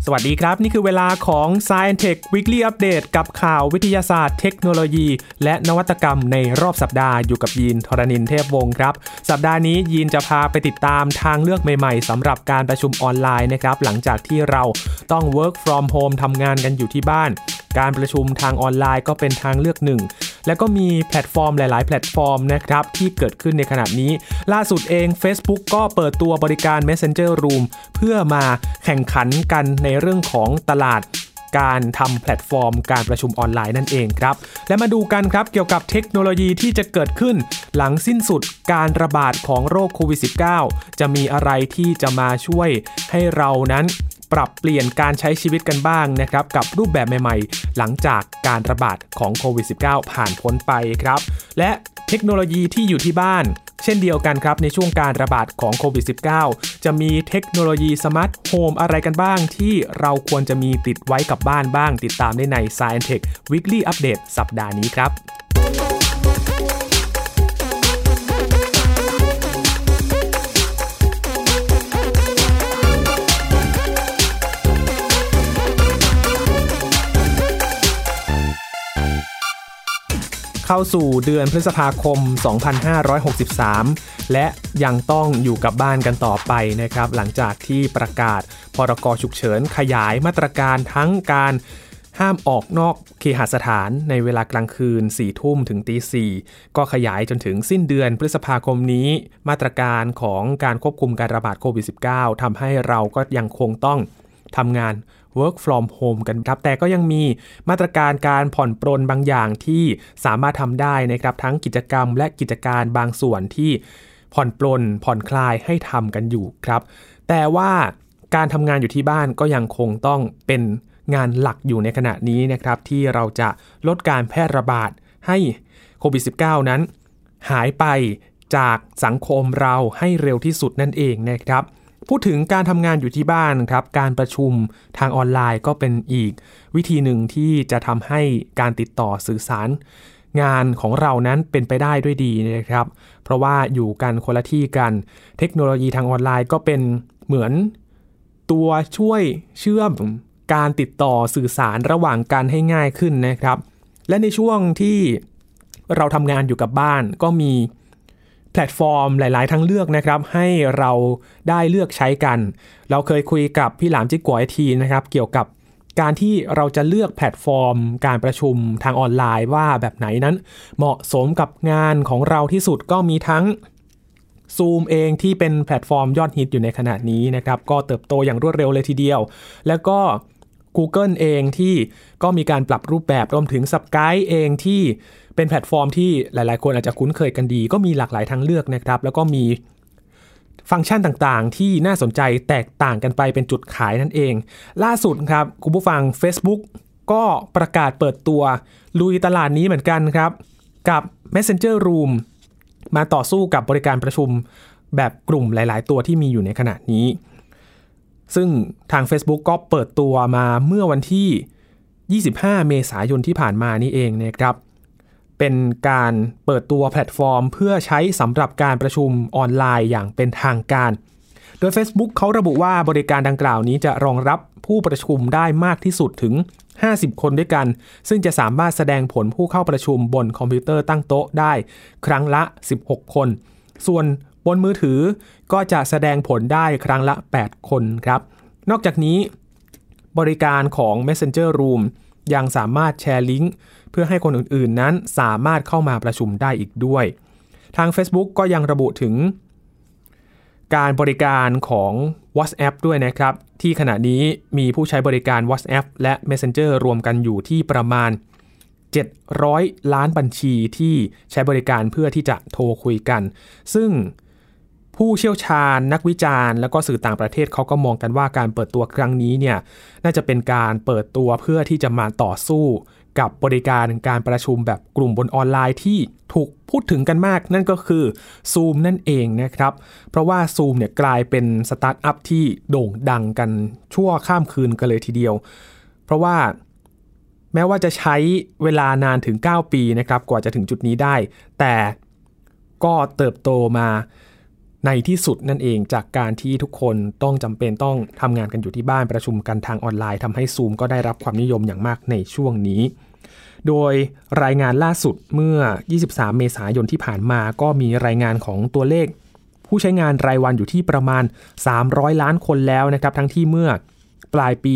สวัสดีครับนี่คือเวลาของ Science Tech Weekly Update กับข่าววิทยาศาสตร์เทคโนโลยีและนวัตกรรมในรอบสัปดาห์อยู่กับยีนธรณินทร์เทพวงศ์ครับสัปดาห์นี้ยีนจะพาไปติดตามทางเลือกใหม่ๆสำหรับการประชุมออนไลน์นะครับหลังจากที่เราต้อง work from home ทำงานกันอยู่ที่บ้านการประชุมทางออนไลน์ก็เป็นทางเลือกหนึ่งแล้วก็มีแพลตฟอร์มหลายๆแพลตฟอร์มนะครับที่เกิดขึ้นในขณะนี้ล่าสุดเอง Facebook ก็เปิดตัวบริการ Messenger Room เพื่อมาแข่งขันกันในเรื่องของตลาดการทำแพลตฟอร์มการประชุมออนไลน์นั่นเองครับและมาดูกันครับเกี่ยวกับเทคโนโลยีที่จะเกิดขึ้นหลังสิ้นสุดการระบาดของโรคโควิด -19 จะมีอะไรที่จะมาช่วยให้เรานั้นปรับเปลี่ยนการใช้ชีวิตกันบ้างนะครับกับรูปแบบใหม่ๆหลังจากการระบาดของโควิด -19 ผ่านพ้นไปครับและเทคโนโลยีที่อยู่ที่บ้านเช่นเดียวกันครับในช่วงการระบาดของโควิด -19 จะมีเทคโนโลยีสมาร์ทโฮมอะไรกันบ้างที่เราควรจะมีติดไว้กับบ้านบ้างติดตามได้ใน Science Tech Weekly Update สัปดาห์นี้ครับเข้าสู่เดือนพฤษภาคม 2563 และยังต้องอยู่กับบ้านกันต่อไปนะครับหลังจากที่ประกาศพรก.ฉุกเฉินขยายมาตรการทั้งการห้ามออกนอกเคหสถานในเวลากลางคืน 4 ทุ่มถึงตี 4 ก็ขยายจนถึงสิ้นเดือนพฤษภาคมนี้มาตรการของการควบคุมการระบาดโควิด -19 ทำให้เราก็ยังคงต้องทำงานwork from home กันครับแต่ก็ยังมีมาตรการการผ่อนปรนบางอย่างที่สามารถทำได้นะครับทั้งกิจกรรมและกิจการบางส่วนที่ผ่อนปรนผ่อนคลายให้ทำกันอยู่ครับแต่ว่าการทำงานอยู่ที่บ้านก็ยังคงต้องเป็นงานหลักอยู่ในขณะนี้นะครับที่เราจะลดการแพร่ระบาดให้โควิด -19 นั้นหายไปจากสังคมเราให้เร็วที่สุดนั่นเองนะครับพูดถึงการทำงานอยู่ที่บ้านครับการประชุมทางออนไลน์ก็เป็นอีกวิธีหนึ่งที่จะทำให้การติดต่อสื่อสารงานของเรานั้นเป็นไปได้ด้วยดีนะครับเพราะว่าอยู่กันคนละที่กันเทคโนโลยีทางออนไลน์ก็เป็นเหมือนตัวช่วยเชื่อมการติดต่อสื่อสารระหว่างกันให้ง่ายขึ้นนะครับและในช่วงที่เราทำงานอยู่กับบ้านก็มีแพลตฟอร์มหลายๆทางเลือกนะครับให้เราได้เลือกใช้กันเราเคยคุยกับพี่หลามจิ๊กกัวไอทีนะครับเกี่ยวกับการที่เราจะเลือกแพลตฟอร์มการประชุมทางออนไลน์ว่าแบบไหนนั้นเหมาะสมกับงานของเราที่สุดก็มีทั้ง Zoom เองที่เป็นแพลตฟอร์มยอดฮิตอยู่ในขณะนี้นะครับก็เติบโตอย่างรวดเร็วเลยทีเดียวแล้วก็ Google เองที่ก็มีการปรับรูปแบบรวมถึง Skype เองที่เป็นแพลตฟอร์มที่หลายๆคนอาจจะคุ้นเคยกันดีก็มีหลากหลายทางเลือกนะครับแล้วก็มีฟังก์ชันต่างๆที่น่าสนใจแตกต่างกันไปเป็นจุดขายนั่นเองล่าสุดครับคุณผู้ฟัง Facebook ก็ประกาศเปิดตัวลุยตลาดนี้เหมือนกันครับกับ Messenger Room มาต่อสู้กับบริการประชุมแบบกลุ่มหลายๆตัวที่มีอยู่ในขณะนี้ซึ่งทาง Facebook ก็เปิดตัวมาเมื่อวันที่25เมษายนที่ผ่านมานี่เองนะครับเป็นการเปิดตัวแพลตฟอร์มเพื่อใช้สำหรับการประชุมออนไลน์อย่างเป็นทางการโดย Facebook เขาระบุว่าบริการดังกล่าวนี้จะรองรับผู้ประชุมได้มากที่สุดถึง50คนด้วยกันซึ่งจะสามารถแสดงผลผู้เข้าประชุมบนคอมพิวเตอร์ตั้งโต๊ะได้ครั้งละ16คนส่วนบนมือถือก็จะแสดงผลได้ครั้งละ8คนครับนอกจากนี้บริการของ Messenger Room ยังสามารถแชร์ลิงก์เพื่อให้คนอื่นๆนั้นสามารถเข้ามาประชุมได้อีกด้วยทาง Facebook ก็ยังระบุถึงการบริการของ WhatsApp ด้วยนะครับที่ขณะนี้มีผู้ใช้บริการ WhatsApp และ Messenger รวมกันอยู่ที่ประมาณ700ล้านบัญชีที่ใช้บริการเพื่อที่จะโทรคุยกันซึ่งผู้เชี่ยวชาญนักวิจารณ์และก็สื่อต่างประเทศเขาก็มองกันว่าการเปิดตัวครั้งนี้เนี่ยน่าจะเป็นการเปิดตัวเพื่อที่จะมาต่อสู้กับบริการการประชุมแบบกลุ่มบนออนไลน์ที่ถูกพูดถึงกันมากนั่นก็คือ Zoom นั่นเองนะครับเพราะว่า Zoom เนี่ยกลายเป็นสตาร์ทอัพที่โด่งดังกันชั่วข้ามคืนกันเลยทีเดียวเพราะว่าแม้ว่าจะใช้เวลานานถึง9ปีนะครับกว่าจะถึงจุดนี้ได้แต่ก็เติบโตมาในที่สุดนั่นเองจากการที่ทุกคนต้องจำเป็นต้องทำงานกันอยู่ที่บ้านประชุมกันทางออนไลน์ทำให้ Zoom ก็ได้รับความนิยมอย่างมากในช่วงนี้โดยรายงานล่าสุดเมื่อ23เมษายนที่ผ่านมาก็มีรายงานของตัวเลขผู้ใช้งานรายวันอยู่ที่ประมาณ300ล้านคนแล้วนะครับทั้งที่เมื่อปลายปี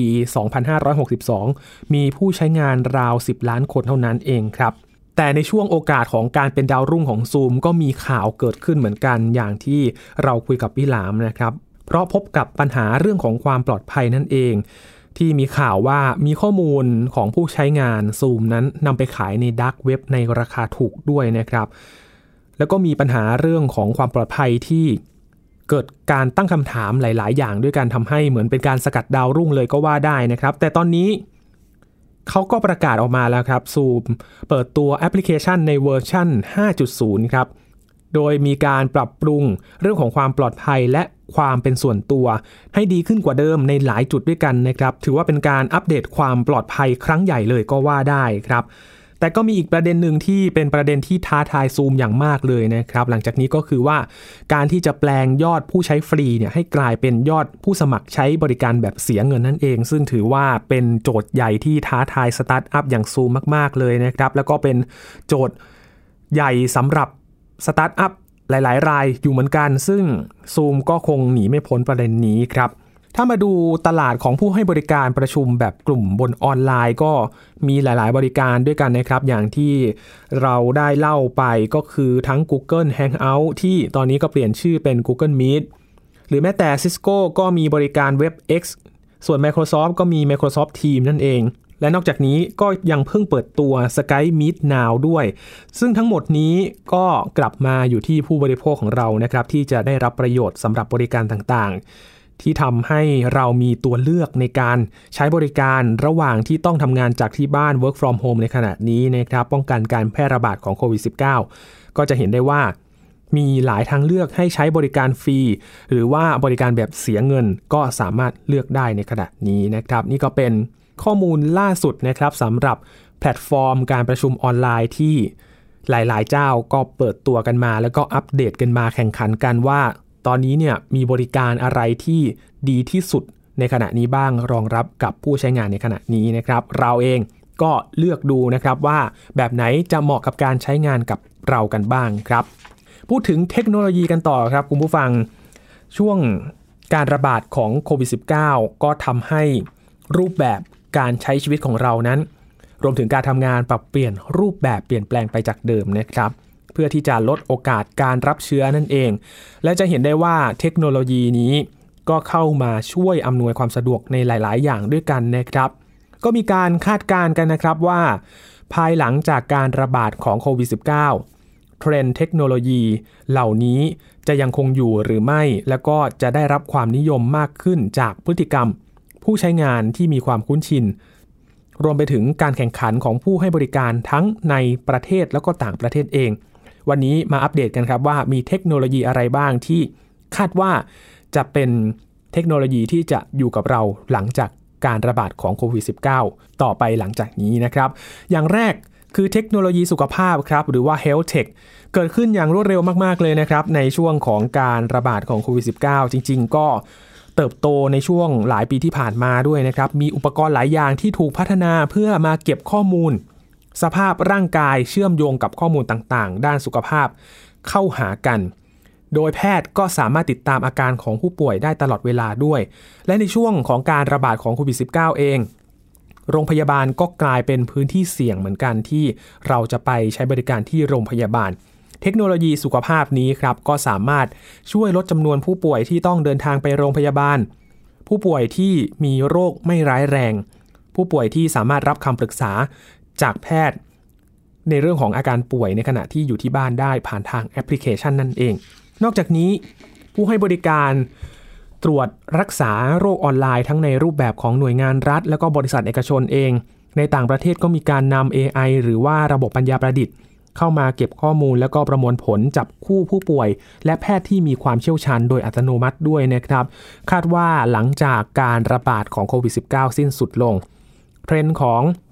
2562มีผู้ใช้งานราว10ล้านคนเท่านั้นเองครับแต่ในช่วงโอกาสของการเป็นดาวรุ่งของ Zoom ก็มีข่าวเกิดขึ้นเหมือนกันอย่างที่เราคุยกับพี่หลามนะครับเพราะพบกับปัญหาเรื่องของความปลอดภัยนั่นเองที่มีข่าวว่ามีข้อมูลของผู้ใช้งาน Zoom นั้นนำไปขายในดาร์กเว็บในราคาถูกด้วยนะครับแล้วก็มีปัญหาเรื่องของความปลอดภัยที่เกิดการตั้งคำถามหลายๆอย่างด้วยกันทำให้เหมือนเป็นการสกัดดาวรุ่งเลยก็ว่าได้นะครับแต่ตอนนี้เขาก็ประกาศออกมาแล้วครับ Zoom เปิดตัวแอปพลิเคชันในเวอร์ชัน 5.0 ครับโดยมีการปรับปรุงเรื่องของความปลอดภัยและความเป็นส่วนตัวให้ดีขึ้นกว่าเดิมในหลายจุดด้วยกันนะครับถือว่าเป็นการอัปเดตความปลอดภัยครั้งใหญ่เลยก็ว่าได้ครับแต่ก็มีอีกประเด็นหนึ่งที่เป็นประเด็นที่ท้าทาย Zoom อย่างมากเลยนะครับหลังจากนี้ก็คือว่าการที่จะแปลงยอดผู้ใช้ฟรีเนี่ยให้กลายเป็นยอดผู้สมัครใช้บริการแบบเสียเงินนั่นเองซึ่งถือว่าเป็นโจทย์ใหญ่ที่ท้าทายสตาร์ทอัพอย่าง Zoom มากๆเลยนะครับแล้วก็เป็นโจทย์ใหญ่สำหรับสตาร์ทอัพหลายๆรายอยู่เหมือนกันซึ่ง Zoom ก็คงหนีไม่พ้นประเด็นนี้ครับถ้ามาดูตลาดของผู้ให้บริการประชุมแบบกลุ่มบนออนไลน์ก็มีหลายๆบริการด้วยกันนะครับอย่างที่เราได้เล่าไปก็คือทั้ง Google Hangout ที่ตอนนี้ก็เปลี่ยนชื่อเป็น Google Meet หรือแม้แต่ Cisco ก็มีบริการ WebEx ส่วน Microsoft ก็มี Microsoft Teams นั่นเองและนอกจากนี้ก็ยังเพิ่งเปิดตัว Skype Meet Now ด้วยซึ่งทั้งหมดนี้ก็กลับมาอยู่ที่ผู้บริโภคของเรานะครับที่จะได้รับประโยชน์สำหรับบริการต่างๆที่ทำให้เรามีตัวเลือกในการใช้บริการระหว่างที่ต้องทำงานจากที่บ้าน work from home ในขณะนี้นะครับป้องกันการแพร่ระบาดของโควิด -19 ก็จะเห็นได้ว่ามีหลายทางเลือกให้ใช้บริการฟรีหรือว่าบริการแบบเสียเงินก็สามารถเลือกได้ในขณะนี้นะครับนี่ก็เป็นข้อมูลล่าสุดนะครับสำหรับแพลตฟอร์มการประชุมออนไลน์ที่หลายๆเจ้าก็เปิดตัวกันมาแล้วก็อัปเดตกันมาแข่งขันกันว่าตอนนี้เนี่ยมีบริการอะไรที่ดีที่สุดในขณะนี้บ้างรองรับกับผู้ใช้งานในขณะนี้นะครับเราเองก็เลือกดูนะครับว่าแบบไหนจะเหมาะกับการใช้งานกับเรากันบ้างครับพูดถึงเทคโนโลยีกันต่อครับคุณผู้ฟังช่วงการระบาดของโควิด -19 ก็ทำให้รูปแบบการใช้ชีวิตของเรานั้นรวมถึงการทำงานปรับเปลี่ยนรูปแบบเปลี่ยนแปลงไปจากเดิมนะครับเพื่อที่จะลดโอกาสการรับเชื้อนั่นเองและจะเห็นได้ว่าเทคโนโลยีนี้ก็เข้ามาช่วยอำนวยความสะดวกในหลายๆอย่างด้วยกันนะครับก็มีการคาดการณ์กันนะครับว่าภายหลังจากการระบาดของโควิด -19 เทรนด์เทคโนโลยีเหล่านี้จะยังคงอยู่หรือไม่แล้วก็จะได้รับความนิยมมากขึ้นจากพฤติกรรมผู้ใช้งานที่มีความคุ้นชินรวมไปถึงการแข่งขันของผู้ให้บริการทั้งในประเทศแล้วก็ต่างประเทศเองวันนี้มาอัปเดตกันครับว่ามีเทคโนโลยีอะไรบ้างที่คาดว่าจะเป็นเทคโนโลยีที่จะอยู่กับเราหลังจากการระบาดของโควิด -19 ต่อไปหลังจากนี้นะครับอย่างแรกคือเทคโนโลยีสุขภาพครับหรือว่า Health Tech เกิดขึ้นอย่างรวดเร็วมากๆเลยนะครับในช่วงของการระบาดของโควิด -19 จริงๆก็เติบโตในช่วงหลายปีที่ผ่านมาด้วยนะครับมีอุปกรณ์หลายอย่างที่ถูกพัฒนาเพื่อมาเก็บข้อมูลสภาพร่างกายเชื่อมโยงกับข้อมูลต่างๆด้านสุขภาพเข้าหากันโดยแพทย์ก็สามารถติดตามอาการของผู้ป่วยได้ตลอดเวลาด้วยและในช่วงของการระบาดของโควิด -19 เองโรงพยาบาลก็กลายเป็นพื้นที่เสี่ยงเหมือนกันที่เราจะไปใช้บริการที่โรงพยาบาลเทคโนโลยีสุขภาพนี้ครับก็สามารถช่วยลดจำนวนผู้ป่วยที่ต้องเดินทางไปโรงพยาบาลผู้ป่วยที่มีโรคไม่ร้ายแรงผู้ป่วยที่สามารถรับคำปรึกษาจากแพทย์ในเรื่องของอาการป่วยในขณะที่อยู่ที่บ้านได้ผ่านทางแอปพลิเคชันนั่นเองนอกจากนี้ผู้ให้บริการตรวจรักษาโรคออนไลน์ทั้งในรูปแบบของหน่วยงานรัฐและก็บริษัทเอกชนเองในต่างประเทศก็มีการนำ AI หรือว่าระบบปัญญาประดิษฐ์เข้ามาเก็บข้อมูลแล้วก็ประมวลผลจับคู่ผู้ป่วยและแพทย์ที่มีความเชี่ยวชาญโดยอัตโนมัติด้วยนะครับคาดว่าหลังจากการระบาดของโควิด -19 สิ้นสุดลงเทรนด์ของ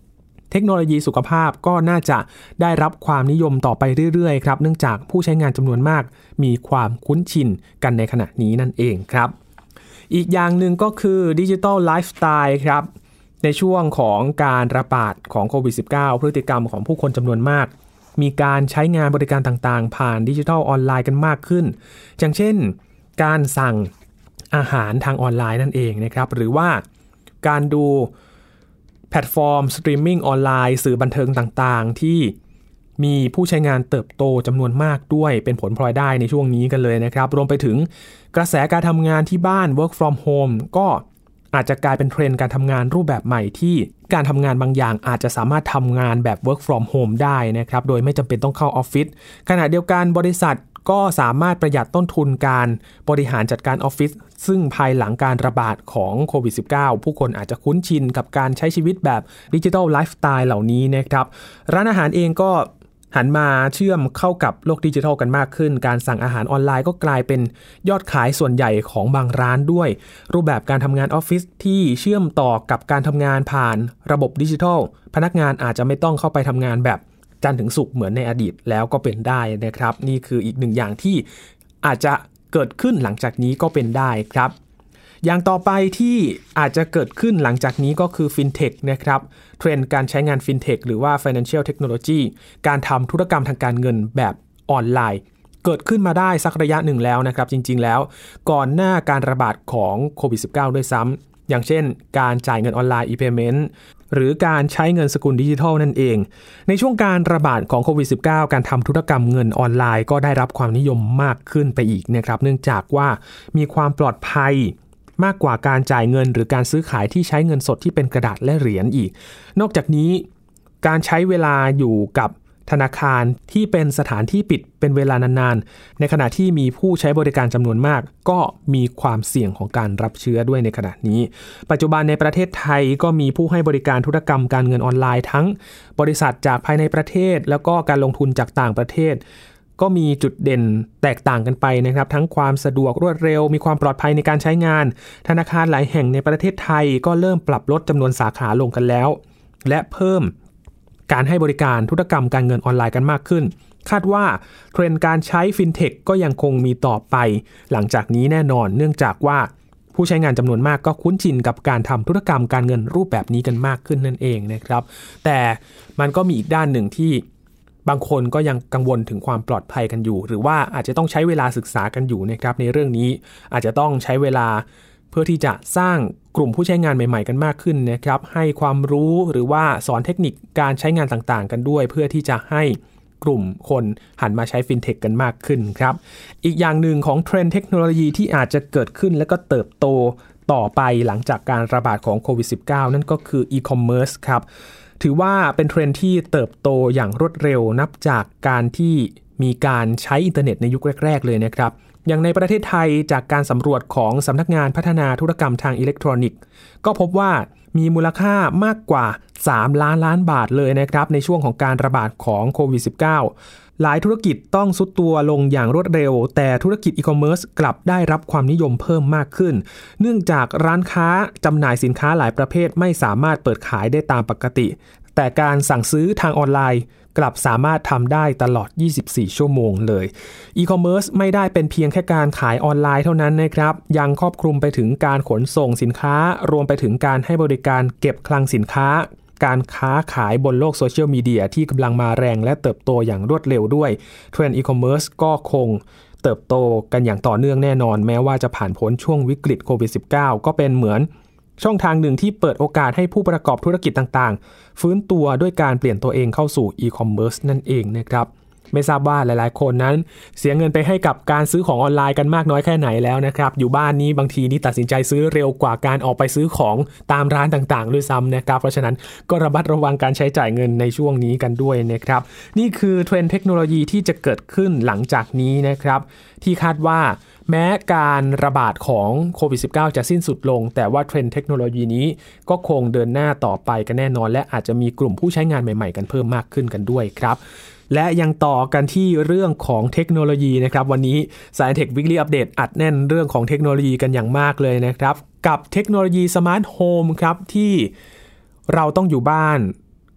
เทคโนโลยีสุขภาพก็น่าจะได้รับความนิยมต่อไปเรื่อยๆครับเนื่องจากผู้ใช้งานจำนวนมากมีความคุ้นชินกันในขณะนี้นั่นเองครับอีกอย่างหนึ่งก็คือดิจิทัลไลฟ์สไตล์ครับในช่วงของการระบาดของโควิด -19 พฤติกรรมของผู้คนจำนวนมากมีการใช้งานบริการต่างๆผ่านดิจิทัลออนไลน์กันมากขึ้นอย่างเช่นการสั่งอาหารทางออนไลน์นั่นเองนะครับหรือว่าการดูแพลตฟอร์มสตรีมมิ่งออนไลน์สื่อบันเทิงต่างๆที่มีผู้ใช้งานเติบโตจำนวนมากด้วยเป็นผลพลอยได้ในช่วงนี้กันเลยนะครับรวมไปถึงกระแสการทำงานที่บ้าน work from home ก็อาจจะกลายเป็นเทรนด์การทำงานรูปแบบใหม่ที่การทำงานบางอย่างอาจจะสามารถทำงานแบบ work from home ได้นะครับโดยไม่จำเป็นต้องเข้าออฟฟิศขณะเดียวกันบริษัทก็สามารถประหยัดต้นทุนการบริหารจัดการออฟฟิศซึ่งภายหลังการระบาดของโควิด -19 ผู้คนอาจจะคุ้นชินกับการใช้ชีวิตแบบดิจิทัลไลฟ์สไตล์เหล่านี้นะครับร้านอาหารเองก็หันมาเชื่อมเข้ากับโลกดิจิทัลกันมากขึ้นการสั่งอาหารออนไลน์ก็กลายเป็นยอดขายส่วนใหญ่ของบางร้านด้วยรูปแบบการทำงานออฟฟิศที่เชื่อมต่อกับการทำงานผ่านระบบดิจิทัลพนักงานอาจจะไม่ต้องเข้าไปทำงานแบบจันทร์ถึงศุกร์เหมือนในอดีตแล้วก็เป็นได้นะครับนี่คืออีกหนึ่งอย่างที่อาจจะเกิดขึ้นหลังจากนี้ก็เป็นได้ครับอย่างต่อไปที่อาจจะเกิดขึ้นหลังจากนี้ก็คือ FinTech นะครับเทรนด์การใช้งาน FinTech หรือว่า Financial Technology การทำธุรกรรมทางการเงินแบบออนไลน์เกิดขึ้นมาได้สักระยะหนึ่งแล้วนะครับจริงๆแล้วก่อนหน้าการระบาดของโควิด -19 ด้วยซ้ำอย่างเช่นการจ่ายเงินออนไลน์ e-payment หรือการใช้เงินสกุลดิจิทัลนั่นเองในช่วงการระบาดของโควิด -19 การทำธุรกรรมเงินออนไลน์ก็ได้รับความนิยมมากขึ้นไปอีกนะครับเนื่องจากว่ามีความปลอดภัยมากกว่าการจ่ายเงินหรือการซื้อขายที่ใช้เงินสดที่เป็นกระดาษและเหรียญอีกนอกจากนี้การใช้เวลาอยู่กับธนาคารที่เป็นสถานที่ปิดเป็นเวลานานๆในขณะที่มีผู้ใช้บริการจำนวนมากก็มีความเสี่ยงของการรับเชื้อด้วยในขณะนี้ปัจจุบันในประเทศไทยก็มีผู้ให้บริการธุรกรรมการเงินออนไลน์ทั้งบริษัทจากภายในประเทศแล้วก็การลงทุนจากต่างประเทศก็มีจุดเด่นแตกต่างกันไปนะครับทั้งความสะดวกรวดเร็วมีความปลอดภัยในการใช้งานธนาคารหลายแห่งในประเทศไทยก็เริ่มปรับลดจำนวนสาขาลงกันแล้วและเพิ่มการให้บริการธุรกรรมการเงินออนไลน์กันมากขึ้นคาดว่าเทรนด์การใช้ FinTech ก็ยังคงมีต่อไปหลังจากนี้แน่นอนเนื่องจากว่าผู้ใช้งานจำนวนมากก็คุ้นชินกับการทำธุรกรรมการเงินรูปแบบนี้กันมากขึ้นนั่นเองนะครับแต่มันก็มีอีกด้านหนึ่งที่บางคนก็ยังกังวลถึงความปลอดภัยกันอยู่หรือว่าอาจจะต้องใช้เวลาศึกษากันอยู่นะครับในเรื่องนี้อาจจะต้องใช้เวลาเพื่อที่จะสร้างกลุ่มผู้ใช้งานใหม่ๆกันมากขึ้นนะครับให้ความรู้หรือว่าสอนเทคนิคการใช้งานต่างๆกันด้วยเพื่อที่จะให้กลุ่มคนหันมาใช้ FinTech กันมากขึ้นครับอีกอย่างหนึ่งของเทรนด์เทคโนโลยีที่อาจจะเกิดขึ้นและก็เติบโตต่อไปหลังจากการระบาดของโควิด -19 นั่นก็คืออีคอมเมิร์ซครับถือว่าเป็นเทรนด์ที่เติบโตอย่างรวดเร็วนับจากการที่มีการใช้อินเทอร์เน็ตในยุคแรกๆเลยนะครับอย่างในประเทศไทยจากการสำรวจของสำนักงานพัฒนาธุรกรรมทางอิเล็กทรอนิกส์ก็พบว่ามีมูลค่ามากกว่า3 ล้านบาทเลยนะครับในช่วงของการระบาดของโควิด -19 หลายธุรกิจต้องทรุดตัวลงอย่างรวดเร็วแต่ธุรกิจอีคอมเมิร์ซกลับได้รับความนิยมเพิ่มมากขึ้นเนื่องจากร้านค้าจำหน่ายสินค้าหลายประเภทไม่สามารถเปิดขายได้ตามปกติแต่การสั่งซื้อทางออนไลน์กลับสามารถทำได้ตลอด24ชั่วโมงเลยอีคอมเมิร์ซไม่ได้เป็นเพียงแค่การขายออนไลน์เท่านั้นนะครับยังครอบคลุมไปถึงการขนส่งสินค้ารวมไปถึงการให้บริการเก็บคลังสินค้าการค้าขายบนโลกโซเชียลมีเดียที่กำลังมาแรงและเติบโตอย่างรวดเร็วด้วยเทรนด์อีคอมเมิร์ซก็คงเติบโตกันอย่างต่อเนื่องแน่นอนแม้ว่าจะผ่านพ้นช่วงวิกฤตโควิด -19 ก็เป็นเหมือนช่องทางหนึ่งที่เปิดโอกาสให้ผู้ประกอบธุรกิจต่างๆฟื้นตัวด้วยการเปลี่ยนตัวเองเข้าสู่อีคอมเมิร์ซนั่นเองนะครับไม่ทราบว่าหลายๆคนนั้นเสียเงินไปให้กับการซื้อของออนไลน์กันมากน้อยแค่ไหนแล้วนะครับอยู่บ้านนี้บางทีนี่ตัดสินใจซื้อเร็วกว่าการออกไปซื้อของตามร้านต่างๆด้วยซ้ำนะครับเพราะฉะนั้นก็ระมัดระวังการใช้จ่ายเงินในช่วงนี้กันด้วยนะครับนี่คือเทรนด์เทคโนโลยีที่จะเกิดขึ้นหลังจากนี้นะครับที่คาดว่าแม้การระบาดของโควิด -19 จะสิ้นสุดลงแต่ว่าเทรนด์เทคโนโลยีนี้ก็คงเดินหน้าต่อไปกันแน่นอนและอาจจะมีกลุ่มผู้ใช้งานใหม่ๆกันเพิ่มมากขึ้นกันด้วยครับและยังต่อกันที่เรื่องของเทคโนโลยีนะครับวันนี้ Science Tech Weekly Update อัดแน่นเรื่องของเทคโนโลยีกันอย่างมากเลยนะครับกับเทคโนโลยีสมาร์ทโฮมครับที่เราต้องอยู่บ้าน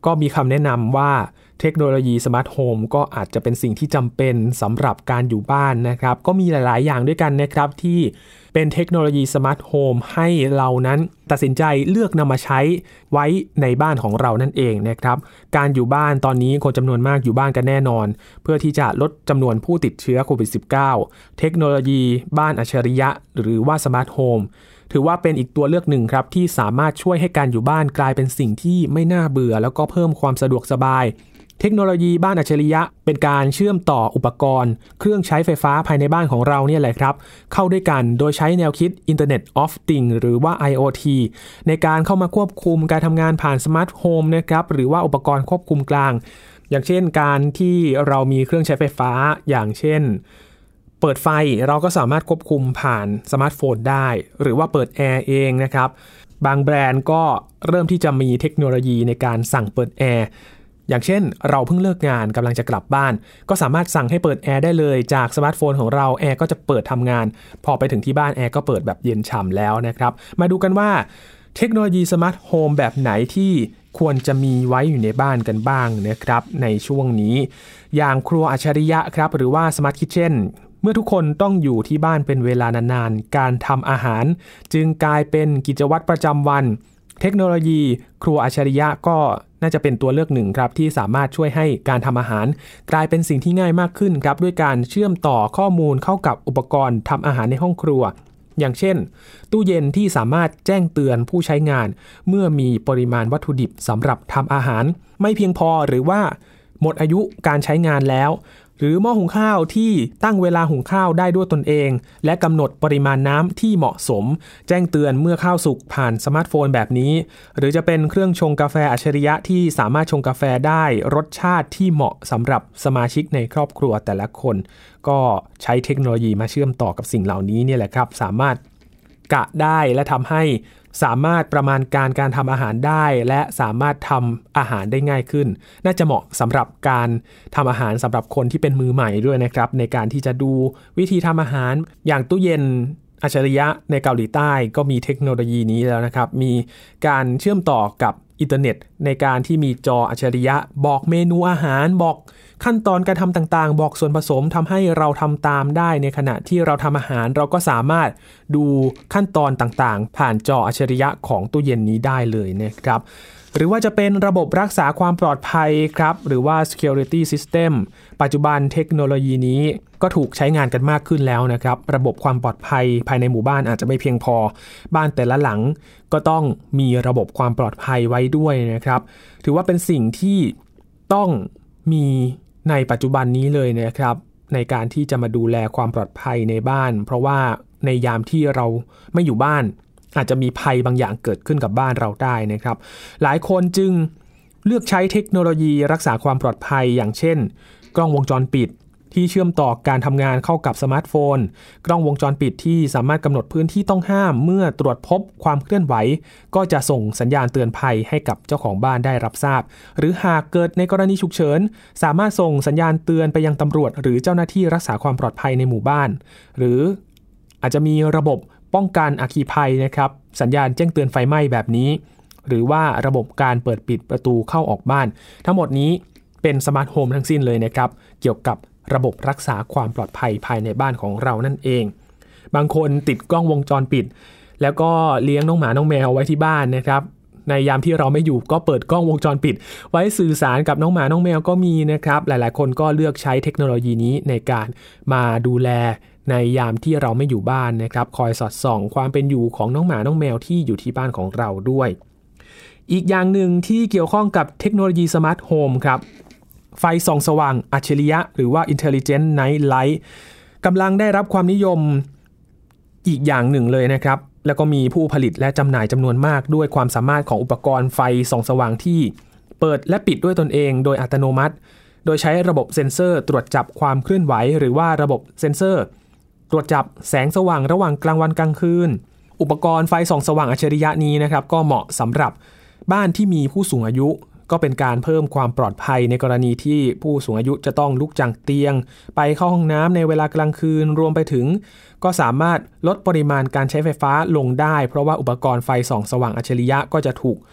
ก็มีคำแนะนำว่าเทคโนโลยีสมาร์ทโฮมก็อาจจะเป็นสิ่งที่จำเป็นสำหรับการอยู่บ้านนะครับก็มีหลายๆอย่างด้วยกันนะครับที่เป็นเทคโนโลยีสมาร์ทโฮมให้เรานั้นตัดสินใจเลือกนำมาใช้ไว้ในบ้านของเรานั่นเองนะครับการอยู่บ้านตอนนี้คนจำนวนมากอยู่บ้านกันแน่นอนเพื่อที่จะลดจำนวนผู้ติดเชื้อโควิด -19 เทคโนโลยีบ้านอัจฉริยะหรือว่าสมาร์ทโฮมถือว่าเป็นอีกตัวเลือกหนึ่งครับที่สามารถช่วยให้การอยู่บ้านกลายเป็นสิ่งที่ไม่น่าเบื่อแล้วก็เพิ่มความสะดวกสบายเทคโนโลยีบ้านอัจฉริยะเป็นการเชื่อมต่ออุปกรณ์เครื่องใช้ไฟฟ้าภายในบ้านของเราเนี่ยแหละครับเข้าด้วยกันโดยใช้แนวคิด Internet of Things หรือว่า IoT ในการเข้ามาควบคุมการทำงานผ่านสมาร์ทโฮมนะครับหรือว่าอุปกรณ์ควบคุมกลางอย่างเช่นการที่เรามีเครื่องใช้ไฟฟ้าอย่างเช่นเปิดไฟเราก็สามารถควบคุมผ่านสมาร์ทโฟนได้หรือว่าเปิดแอร์เองนะครับบางแบรนด์ก็เริ่มที่จะมีเทคโนโลยีในการสั่งเปิดแอร์อย่างเช่นเราเพิ่งเลิกงานกำลังจะกลับบ้านก็สามารถสั่งให้เปิดแอร์ได้เลยจากสมาร์ทโฟนของเราแอร์ก็จะเปิดทำงานพอไปถึงที่บ้านแอร์ก็เปิดแบบเย็นฉ่ำแล้วนะครับมาดูกันว่าเทคโนโลยีสมาร์ทโฮมแบบไหนที่ควรจะมีไว้อยู่ในบ้านกันบ้างนะครับในช่วงนี้อย่างครัวอัจฉริยะครับหรือว่า Smart Kitchen เมื่อทุกคนต้องอยู่ที่บ้านเป็นเวลานานๆการทำอาหารจึงกลายเป็นกิจวัตรประจำวันเทคโนโลยีครัวอัจฉริยะก็น่าจะเป็นตัวเลือกหนึ่งครับที่สามารถช่วยให้การทำอาหารกลายเป็นสิ่งที่ง่ายมากขึ้นครับด้วยการเชื่อมต่อข้อมูลเข้ากับอุปกรณ์ทำอาหารในห้องครัวอย่างเช่นตู้เย็นที่สามารถแจ้งเตือนผู้ใช้งานเมื่อมีปริมาณวัตถุดิบสำหรับทำอาหารไม่เพียงพอหรือว่าหมดอายุการใช้งานแล้วหรือหม้อหุงข้าวที่ตั้งเวลาหุงข้าวได้ด้วยตนเองและกำหนดปริมาณน้ำที่เหมาะสมแจ้งเตือนเมื่อข้าวสุกผ่านสมาร์ทโฟนแบบนี้หรือจะเป็นเครื่องชงกาแฟอัจฉริยะที่สามารถชงกาแฟได้รสชาติที่เหมาะสำหรับสมาชิกในครอบครัวแต่ละคนก็ใช้เทคโนโลยีมาเชื่อมต่อกับสิ่งเหล่านี้เนี่ยแหละครับสามารถกะได้และทำให้สามารถประมาณการทำอาหารได้และสามารถทำอาหารได้ง่ายขึ้นน่าจะเหมาะสำหรับการทำอาหารสำหรับคนที่เป็นมือใหม่ด้วยนะครับในการที่จะดูวิธีทำอาหารอย่างตู้เย็นอัจฉริยะในเกาหลีใต้ก็มีเทคโนโลยีนี้แล้วนะครับมีการเชื่อมต่อกับอินเทอร์เน็ตในการที่มีจออัจฉริยะบอกเมนูอาหารบอกขั้นตอนการทำต่างๆบอกส่วนผสมทำให้เราทำตามได้ในขณะที่เราทำอาหารเราก็สามารถดูขั้นตอนต่างๆผ่านจออัจฉริยะของตู้เย็นนี้ได้เลยนะครับหรือว่าจะเป็นระบบรักษาความปลอดภัยครับหรือว่า security system ปัจจุบันเทคโนโลยีนี้ก็ถูกใช้งานกันมากขึ้นแล้วนะครับระบบความปลอดภัยภายในหมู่บ้านอาจจะไม่เพียงพอบ้านแต่ละหลังก็ต้องมีระบบความปลอดภัยไว้ด้วยนะครับถือว่าเป็นสิ่งที่ต้องมีในปัจจุบันนี้เลยนะครับในการที่จะมาดูแลความปลอดภัยในบ้านเพราะว่าในยามที่เราไม่อยู่บ้านอาจจะมีภัยบางอย่างเกิดขึ้นกับบ้านเราได้นะครับหลายคนจึงเลือกใช้เทคโนโลยีรักษาความปลอดภัยอย่างเช่นกล้องวงจรปิดที่เชื่อมต่อการทำงานเข้ากับสมาร์ทโฟนกล้องวงจรปิดที่สามารถกำหนดพื้นที่ต้องห้ามเมื่อตรวจพบความเคลื่อนไหวก็จะส่งสัญญาณเตือนภัยให้กับเจ้าของบ้านได้รับทราบหรือหากเกิดในกรณีฉุกเฉินสามารถส่งสัญญาณเตือนไปยังตำรวจหรือเจ้าหน้าที่รักษาความปลอดภัยในหมู่บ้านหรืออาจจะมีระบบป้องกันอัคคีภัยนะครับสัญญาณแจ้งเตือนไฟไหม้แบบนี้หรือว่าระบบการเปิดปิดประตูเข้าออกบ้านทั้งหมดนี้เป็นสมาร์ทโฮมทั้งสิ้นเลยนะครับเกี่ยวกับระบบรักษาความปลอดภัยภายในบ้านของเรานั่นเองบางคนติดกล้องวงจรปิดแล้วก็เลี้ยงน้องหมาน้องแมวไว้ที่บ้านนะครับในยามที่เราไม่อยู่ก็เปิดกล้องวงจรปิดไว้สื่อสารกับน้องหมาน้องแมวก็มีนะครับหลายๆคนก็เลือกใช้เทคโนโลยีนี้ในการมาดูแลในยามที่เราไม่อยู่บ้านนะครับคอยสอดส่องความเป็นอยู่ของน้องหมาน้องแมวที่อยู่ที่บ้านของเราด้วยอีกอย่างหนึ่งที่เกี่ยวข้องกับเทคโนโลยีสมาร์ทโฮมครับไฟส่องสว่างอัจฉริยะหรือว่า Intelligent Night Light กำลังได้รับความนิยมอีกอย่างหนึ่งเลยนะครับแล้วก็มีผู้ผลิตและจำหน่ายจำนวนมากด้วยความสามารถของอุปกรณ์ไฟส่องสว่างที่เปิดและปิดด้วยตนเองโดยอัตโนมัติโดยใช้ระบบเซ็นเซอร์ตรวจจับความเคลื่อนไหวหรือว่าระบบเซ็นเซอร์ตรวจจับแสงสว่างระหว่างกลางวันกลางคืนอุปกรณ์ไฟส่องสว่างอัจฉริยะนี้นะครับก็เหมาะสำหรับบ้านที่มีผู้สูงอายุก็เป็นการเพิ่มความปลอดภัยในกรณีที่ผู้สูงอายุจะต้องลุกจากเตียงไปเข้าห้องน้ำในเวลากลางคืนรวมไปถึงก็สามารถลดปริมาณการใช้ไฟฟ้าลงได้เพราะว่าอุปกรณ์ไฟส่องสว่างอัจฉริยะก็จะถูก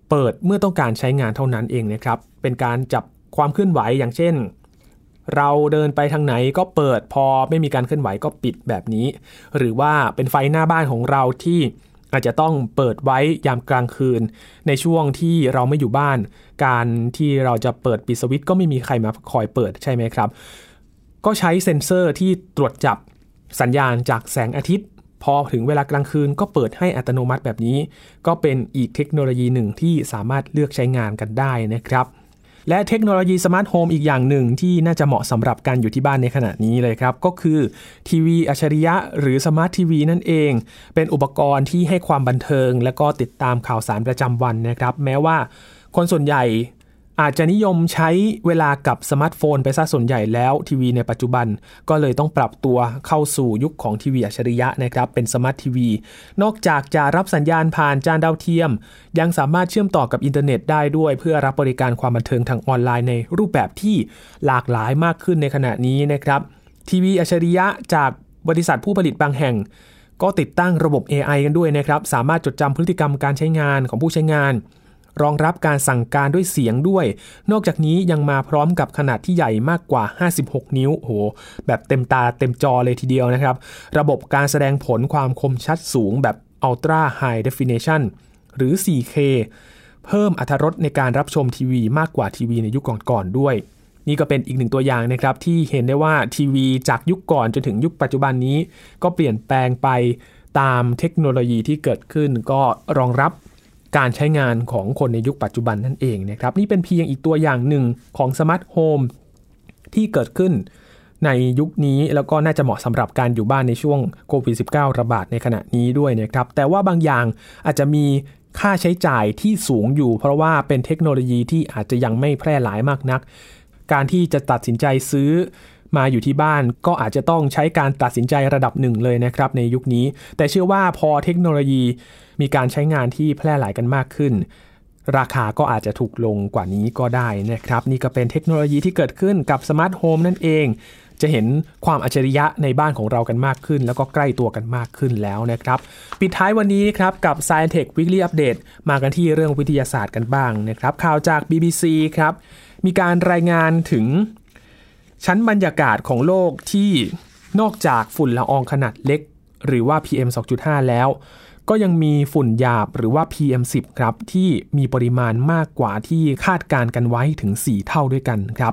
เปิดเมื่อต้องการใช้งานเท่านั้นเองนะครับเป็นการจับความเคลื่อนไหวอย่างเช่นเราเดินไปทางไหนก็เปิดพอไม่มีการเคลื่อนไหวก็ปิดแบบนี้หรือว่าเป็นไฟหน้าบ้านของเราที่อาจจะต้องเปิดไว้ยามกลางคืนในช่วงที่เราไม่อยู่บ้านการที่เราจะเปิดปิดสวิตช์ก็ไม่มีใครมาคอยเปิดใช่ไหมครับก็ใช้เซ็นเซอร์ที่ตรวจจับสัญญาณจากแสงอาทิตย์พอถึงเวลากลางคืนก็เปิดให้อัตโนมัติแบบนี้ก็เป็นอีกเทคโนโลยีหนึ่งที่สามารถเลือกใช้งานกันได้นะครับและเทคโนโลยีสมาร์ทโฮมอีกอย่างหนึ่งที่น่าจะเหมาะสำหรับการอยู่ที่บ้านในขณะนี้เลยครับก็คือทีวีอัจฉริยะหรือสมาร์ททีวีนั่นเองเป็นอุปกรณ์ที่ให้ความบันเทิงและก็ติดตามข่าวสารประจำวันนะครับแม้ว่าคนส่วนใหญ่อาจจะนิยมใช้เวลากับสมาร์ทโฟนไปซะส่วนใหญ่แล้วทีวีในปัจจุบันก็เลยต้องปรับตัวเข้าสู่ยุคของทีวีอัจฉริยะนะครับเป็นสมาร์ททีวีนอกจากจะรับสัญญาณผ่านจานดาวเทียมยังสามารถเชื่อมต่อกับอินเทอร์เน็ตได้ด้วยเพื่อรับบริการความบันเทิงทางออนไลน์ในรูปแบบที่หลากหลายมากขึ้นในขณะนี้นะครับทีวีอัจฉริยะจากบริษัทผู้ผลิตบางแห่งก็ติดตั้งระบบ AI กันด้วยนะครับสามารถจดจำพฤติกรรมการใช้งานของผู้ใช้งานรองรับการสั่งการด้วยเสียงด้วยนอกจากนี้ยังมาพร้อมกับขนาดที่ใหญ่มากกว่า56นิ้วโหแบบเต็มตาเต็มจอเลยทีเดียวนะครับระบบการแสดงผลความคมชัดสูงแบบ Ultra High Definition หรือ 4K เพิ่มอรรถรสในการรับชมทีวีมากกว่าทีวีในยุคก่อนๆด้วยนี่ก็เป็นอีกหนึ่งตัวอย่างนะครับที่เห็นได้ว่าทีวีจากยุคก่อนจนถึงยุคปัจจุบันนี้ก็เปลี่ยนแปลงไปตามเทคโนโลยีที่เกิดขึ้นก็รองรับการใช้งานของคนในยุคปัจจุบันนั่นเองนะครับนี่เป็นเพียงอีกตัวอย่างหนึ่งของสมาร์ทโฮมที่เกิดขึ้นในยุคนี้แล้วก็น่าจะเหมาะสำหรับการอยู่บ้านในช่วงโควิด -19 ระบาดในขณะนี้ด้วยนะครับแต่ว่าบางอย่างอาจจะมีค่าใช้จ่ายที่สูงอยู่เพราะว่าเป็นเทคโนโลยีที่อาจจะยังไม่แพร่หลายมากนักการที่จะตัดสินใจซื้อมาอยู่ที่บ้านก็อาจจะต้องใช้การตัดสินใจระดับหนึ่งเลยนะครับในยุคนี้แต่เชื่อว่าพอเทคโนโลยีมีการใช้งานที่แพร่หลายกันมากขึ้นราคาก็อาจจะถูกลงกว่านี้ก็ได้นะครับนี่ก็เป็นเทคโนโลยีที่เกิดขึ้นกับสมาร์ทโฮมนั่นเองจะเห็นความอัจฉริยะในบ้านของเรากันมากขึ้นแล้วก็ใกล้ตัวกันมากขึ้นแล้วนะครับปิดท้ายวันนี้ครับกับ Science Tech Weekly Update มากันที่เรื่องวิทยาศาสตร์กันบ้างนะครับข่าวจาก BBC ครับมีการรายงานถึงชั้นบรรยากาศของโลกที่นอกจากฝุ่นละอองขนาดเล็กหรือว่า PM 2.5 แล้วก็ยังมีฝุ่นหยาบหรือว่า PM10 ครับที่มีปริมาณมากกว่าที่คาดการณ์กันไว้ถึง4เท่าด้วยกันครับ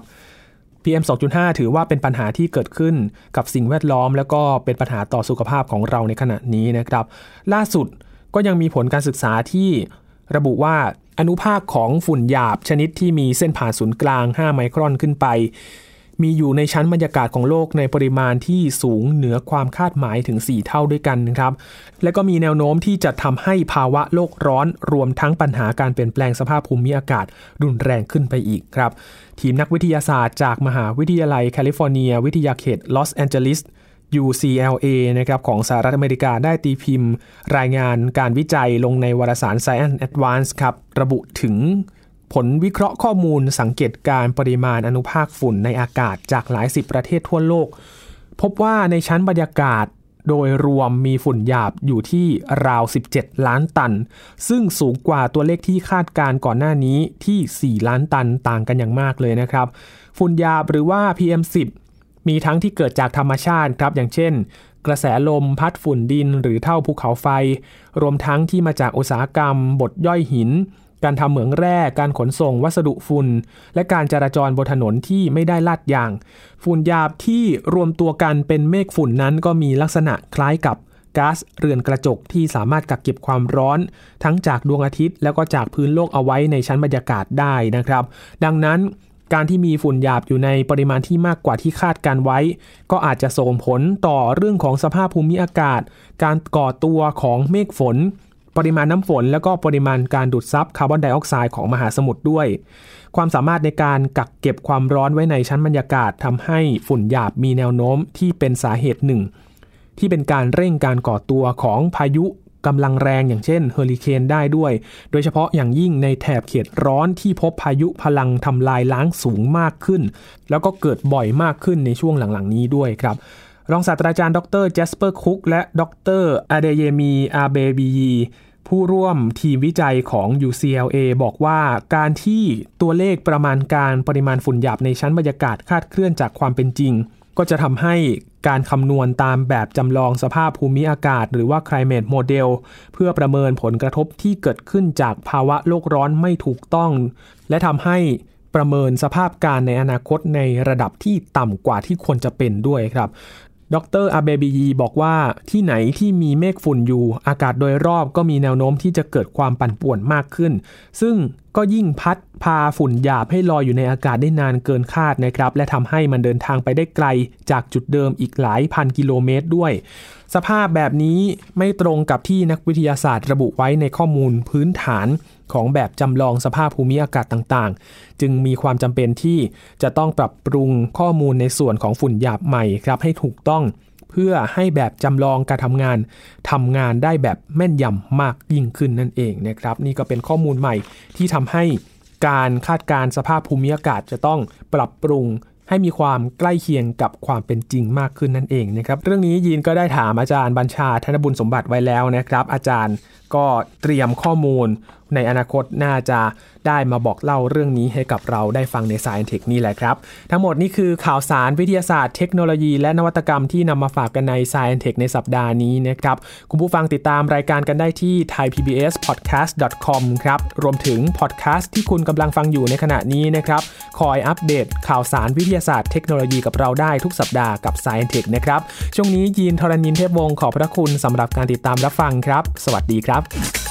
PM 2.5 ถือว่าเป็นปัญหาที่เกิดขึ้นกับสิ่งแวดล้อมแล้วก็เป็นปัญหาต่อสุขภาพของเราในขณะนี้นะครับล่าสุดก็ยังมีผลการศึกษาที่ระบุว่าอนุภาคของฝุ่นหยาบชนิดที่มีเส้นผ่านศูนย์กลาง5ไมครอนขึ้นไปมีอยู่ในชั้นบรรยากาศของโลกในปริมาณที่สูงเหนือความคาดหมายถึง4เท่าด้วยกันนะครับและก็มีแนวโน้มที่จะทำให้ภาวะโลกร้อนรวมทั้งปัญหาการเปลี่ยนแปลงสภาพภูมิอากาศรุนแรงขึ้นไปอีกครับทีมนักวิทยาศาสตร์จากมหาวิทยาลัยแคลิฟอร์เนียวิทยาเขตลอสแอนเจลิสUCLA นะครับของสหรัฐอเมริกาได้ตีพิมพ์รายงานการวิจัยลงในวารสาร Science Advance ครับระบุถึงผลวิเคราะห์ข้อมูลสังเกตการปริมาณอนุภาคฝุ่นในอากาศจากหลายสิบประเทศทั่วโลกพบว่าในชั้นบรรยากาศโดยรวมมีฝุ่นหยาบอยู่ที่ราว17ล้านตันซึ่งสูงกว่าตัวเลขที่คาดการก่อนหน้านี้ที่4ล้านตันต่างกันอย่างมากเลยนะครับฝุ่นหยาบหรือว่า PM10 มีทั้งที่เกิดจากธรรมชาติครับอย่างเช่นกระแสลมพัดฝุ่นดินหรือเท่าภูเขาไฟรวมทั้งที่มาจากอุตสาหกรรมบดย่อยหินการทำเหมืองแร่การขนส่งวัสดุฝุ่นและการจราจรบนถนนที่ไม่ได้ลาดยางฝุ่นหยาบที่รวมตัวกันเป็นเมฆฝุ่นนั้นก็มีลักษณะคล้ายกับก๊าซเรือนกระจกที่สามารถกักเก็บความร้อนทั้งจากดวงอาทิตย์แล้วก็จากพื้นโลกเอาไว้ในชั้นบรรยากาศได้นะครับดังนั้นการที่มีฝุ่นหยาบอยู่ในปริมาณที่มากกว่าที่คาดการไว้ก็อาจจะส่งผลต่อเรื่องของสภาพภูมิอากาศการก่อตัวของเมฆฝนปริมาณน้ำฝนแล้วก็ปริมาณการดูดซับคาร์บอนไดออกไซด์ของมหาสมุทรด้วยความสามารถในการกักเก็บความร้อนไว้ในชั้นบรรยากาศทำให้ฝุ่นหยาบมีแนวโน้มที่เป็นสาเหตุหนึ่งที่เป็นการเร่งการก่อตัวของพายุกำลังแรงอย่างเช่นเฮอริเคนได้ด้วยโดยเฉพาะอย่างยิ่งในแถบเขตร้อนที่พบพายุพลังทำลายล้างสูงมากขึ้นแล้วก็เกิดบ่อยมากขึ้นในช่วงหลังๆนี้ด้วยครับรองศาสตราจารย์ดร.แจสเปอร์คุกและดร.อาเดเยมีอาเบบียีผผู้ร่วมทีมวิจัยของ UCLA บอกว่าการที่ตัวเลขประมาณการปริมาณฝุ่นหยาบในชั้นบรรยากาศคลาดเคลื่อนจากความเป็นจริงก็จะทำให้การคำนวณตามแบบจำลองสภาพภูมิอากาศหรือว่า climate model เพื่อประเมินผลกระทบที่เกิดขึ้นจากภาวะโลกร้อนไม่ถูกต้องและทำให้ประเมินสภาพการในอนาคตในระดับที่ต่ำกว่าที่ควรจะเป็นด้วยครับดร.อาเบบียีบอกว่าที่ไหนที่มีเมฆฝุ่นอยู่อากาศโดยรอบก็มีแนวโน้มที่จะเกิดความปั่นป่วนมากขึ้นซึ่งก็ยิ่งพัดพาฝุ่นหยาบให้ลอยอยู่ในอากาศได้นานเกินคาดนะครับและทำให้มันเดินทางไปได้ไกลจากจุดเดิมอีกหลายพันกิโลเมตรด้วยสภาพแบบนี้ไม่ตรงกับที่นักวิทยาศาสตร์ระบุไว้ในข้อมูลพื้นฐานของแบบจำลองสภาพภูมิอากาศต่างๆจึงมีความจำเป็นที่จะต้องปรับปรุงข้อมูลในส่วนของฝุ่นหยาบใหม่ครับให้ถูกต้องเพื่อให้แบบจำลองการทำงานได้แบบแม่นยำมากยิ่งขึ้นนั่นเองนะครับนี่ก็เป็นข้อมูลใหม่ที่ทำให้การคาดการณ์สภาพภูมิอากาศจะต้องปรับปรุงให้มีความใกล้เคียงกับความเป็นจริงมากขึ้นนั่นเองนะครับเรื่องนี้ยีนก็ได้ถามอาจารย์บัญชาธนบุญสมบัติไว้แล้วนะครับอาจารย์ก็เตรียมข้อมูลในอนาคตน่าจะได้มาบอกเล่าเรื่องนี้ให้กับเราได้ฟังใน Science Tech นี่แหละครับทั้งหมดนี้คือข่าวสารวิทยาศาสตร์เทคโนโลยีและนวัตกรรมที่นำมาฝากกันใน Science Tech ในสัปดาห์นี้นะครับคุณผู้ฟังติดตามรายการกันได้ที่ thaipbspodcast.com ครับรวมถึงพอดแคสต์ที่คุณกำลังฟังอยู่ในขณะนี้นะครับคอยอัปเดตข่าวสารวิทยาศาสตร์เทคโนโลยีกับเราได้ทุกสัปดาห์กับ Science Tech นะครับช่วงนี้ยีนทรณินเทพวงศ์ขอบพระคุณสำหรับการติดตามรับฟังครับสวัสดีครับ